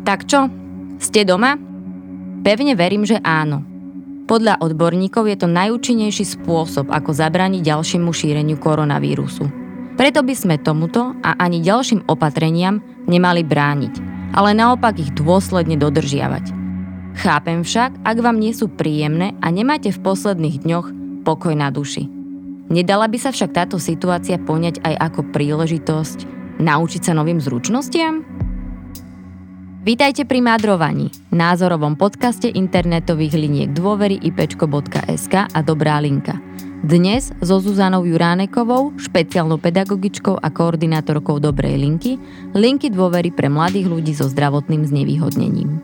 Tak čo? Ste doma? Pevne verím, že áno. Podľa odborníkov je to najúčinnejší spôsob, ako zabrániť ďalšiemu šíreniu koronavírusu. Preto by sme tomuto a ani ďalším opatreniam nemali brániť, ale naopak ich dôsledne dodržiavať. Chápem však, ak vám nie sú príjemné a nemáte v posledných dňoch pokoj na duši. Nedala by sa však táto situácia poňať aj ako príležitosť naučiť sa novým zručnostiam? Vítajte pri Mádrovaní, názorovom podcaste internetových liniek Dôvery ipečko.sk a Dobrá linka. Dnes so Zuzanou Juránekovou, špeciálnou pedagogičkou a koordinátorkou Dobrej linky, linky Dôvery pre mladých ľudí so zdravotným znevýhodnením.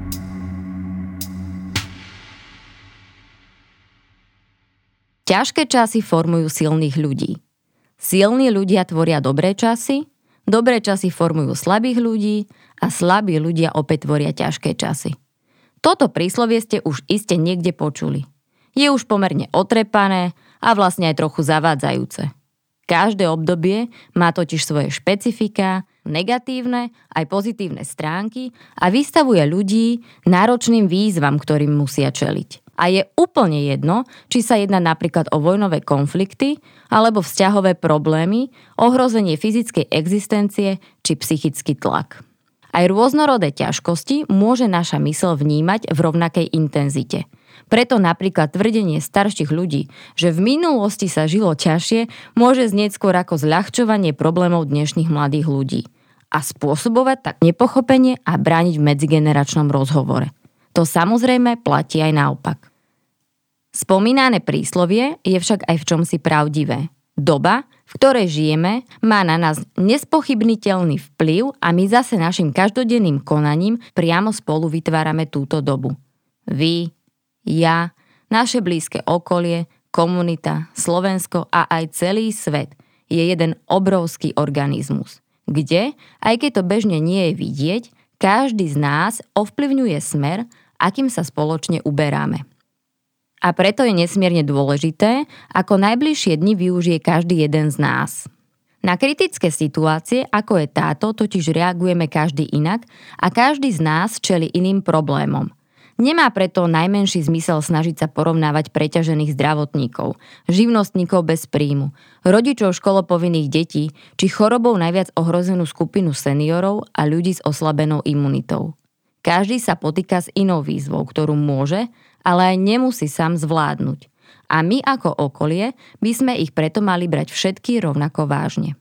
Ťažké časy formujú silných ľudí. Silní ľudia tvoria dobré časy formujú slabých ľudí a slabí ľudia opäť tvoria ťažké časy. Toto príslovie ste už iste niekde počuli. Je už pomerne otrepané a vlastne aj trochu zavádzajúce. Každé obdobie má totiž svoje špecifiká, negatívne aj pozitívne stránky a vystavuje ľudí náročným výzvam, ktorým musia čeliť. A je úplne jedno, či sa jedná napríklad o vojnové konflikty alebo vzťahové problémy, ohrozenie fyzickej existencie či psychický tlak. Aj rôznorodé ťažkosti môže naša myseľ vnímať v rovnakej intenzite. Preto napríklad tvrdenie starších ľudí, že v minulosti sa žilo ťažšie, môže znieť skôr ako zľahčovanie problémov dnešných mladých ľudí a spôsobovať tak nepochopenie a brániť v medzigeneračnom rozhovore. To samozrejme platí aj naopak. Spomínané príslovie je však aj v čomsi pravdivé. Doba, v ktorej žijeme, má na nás nespochybniteľný vplyv a my zase našim každodenným konaním priamo spolu vytvárame túto dobu. Vy, ja, naše blízke okolie, komunita, Slovensko a aj celý svet je jeden obrovský organizmus, kde, aj keď to bežne nie je vidieť, každý z nás ovplyvňuje smer, akým sa spoločne uberáme. A preto je nesmierne dôležité, ako najbližšie dni využije každý jeden z nás. Na kritické situácie, ako je táto, totiž reagujeme každý inak a každý z nás čelí iným problémom. Nemá preto najmenší zmysel snažiť sa porovnávať preťažených zdravotníkov, živnostníkov bez príjmu, rodičov školopovinných detí či chorobou najviac ohrozenú skupinu seniorov a ľudí s oslabenou imunitou. Každý sa potýka s inou výzvou, ktorú môže, ale aj nemusí sám zvládnuť. A my ako okolie by sme ich preto mali brať všetky rovnako vážne.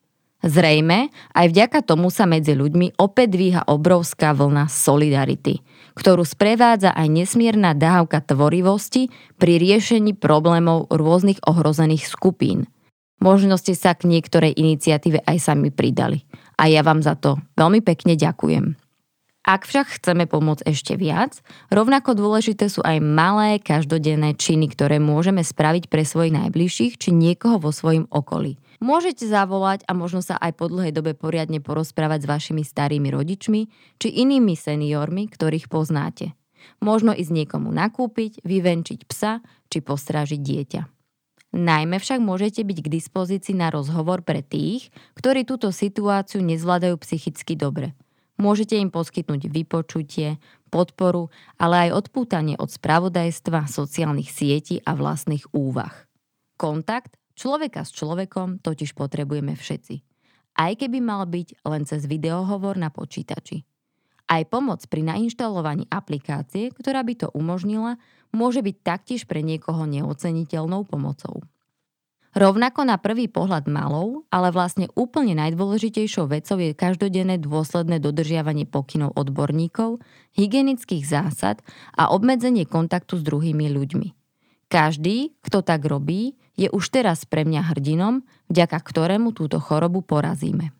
Zrejme, aj vďaka tomu sa medzi ľuďmi opäť dvíha obrovská vlna solidarity, ktorú sprevádza aj nesmierna dávka tvorivosti pri riešení problémov rôznych ohrozených skupín. Možno ste sa k niektorej iniciatíve aj sami pridali. A ja vám za to veľmi pekne ďakujem. Ak však chceme pomôcť ešte viac, rovnako dôležité sú aj malé každodenné činy, ktoré môžeme spraviť pre svojich najbližších či niekoho vo svojom okolí. Môžete zavolať a možno sa aj po dlhej dobe poriadne porozprávať s vašimi starými rodičmi či inými seniormi, ktorých poznáte. Možno ísť niekomu nakúpiť, vyvenčiť psa či postrážiť dieťa. Najmä však môžete byť k dispozícii na rozhovor pre tých, ktorí túto situáciu nezvládajú psychicky dobre. Môžete im poskytnúť vypočutie, podporu, ale aj odpútanie od spravodajstva, sociálnych sietí a vlastných úvah. Kontakt človeka s človekom totiž potrebujeme všetci. Aj keby mal byť len cez videohovor na počítači. Aj pomoc pri nainštalovaní aplikácie, ktorá by to umožnila, môže byť taktiež pre niekoho neoceniteľnou pomocou. Rovnako na prvý pohľad malou, ale vlastne úplne najdôležitejšou vecou je každodenné dôsledné dodržiavanie pokynov odborníkov, hygienických zásad a obmedzenie kontaktu s druhými ľuďmi. Každý, kto tak robí, je už teraz pre mňa hrdinom, vďaka ktorému túto chorobu porazíme.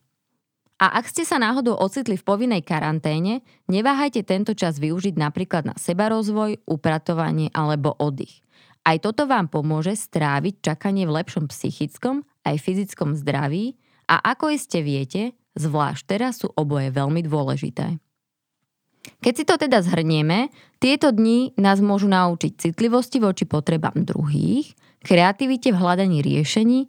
A ak ste sa náhodou ocitli v povinnej karanténe, neváhajte tento čas využiť napríklad na sebarozvoj, upratovanie alebo oddych. Aj toto vám pomôže stráviť čakanie v lepšom psychickom aj fyzickom zdraví a ako iste viete, zvlášť teraz sú oboje veľmi dôležité. Keď si to teda zhrnieme, tieto dni nás môžu naučiť citlivosti voči potrebám druhých, kreativite v hľadaní riešení,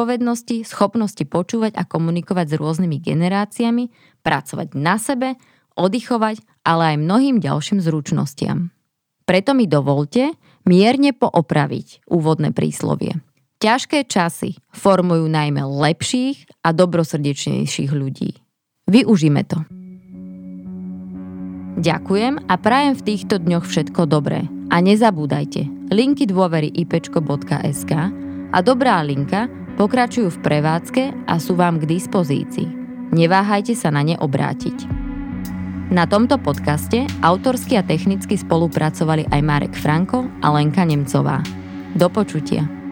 zodpovednosti, schopnosti počúvať a komunikovať s rôznymi generáciami, pracovať na sebe, oddychovať, ale aj mnohým ďalším zručnostiam. Preto mi dovolte mierne poopraviť úvodné príslovie. Ťažké časy formujú najmä lepších a dobrosrdečnejších ľudí. Využíme to. Ďakujem a prajem v týchto dňoch všetko dobré. A nezabúdajte, linky dôvery ipečko.sk a Dobrá linka pokračujú v prevádzke a sú vám k dispozícii. Neváhajte sa na ne obrátiť. Na tomto podcaste autorsky a technicky spolupracovali aj Marek Franko a Lenka Nemcová. Do počutia.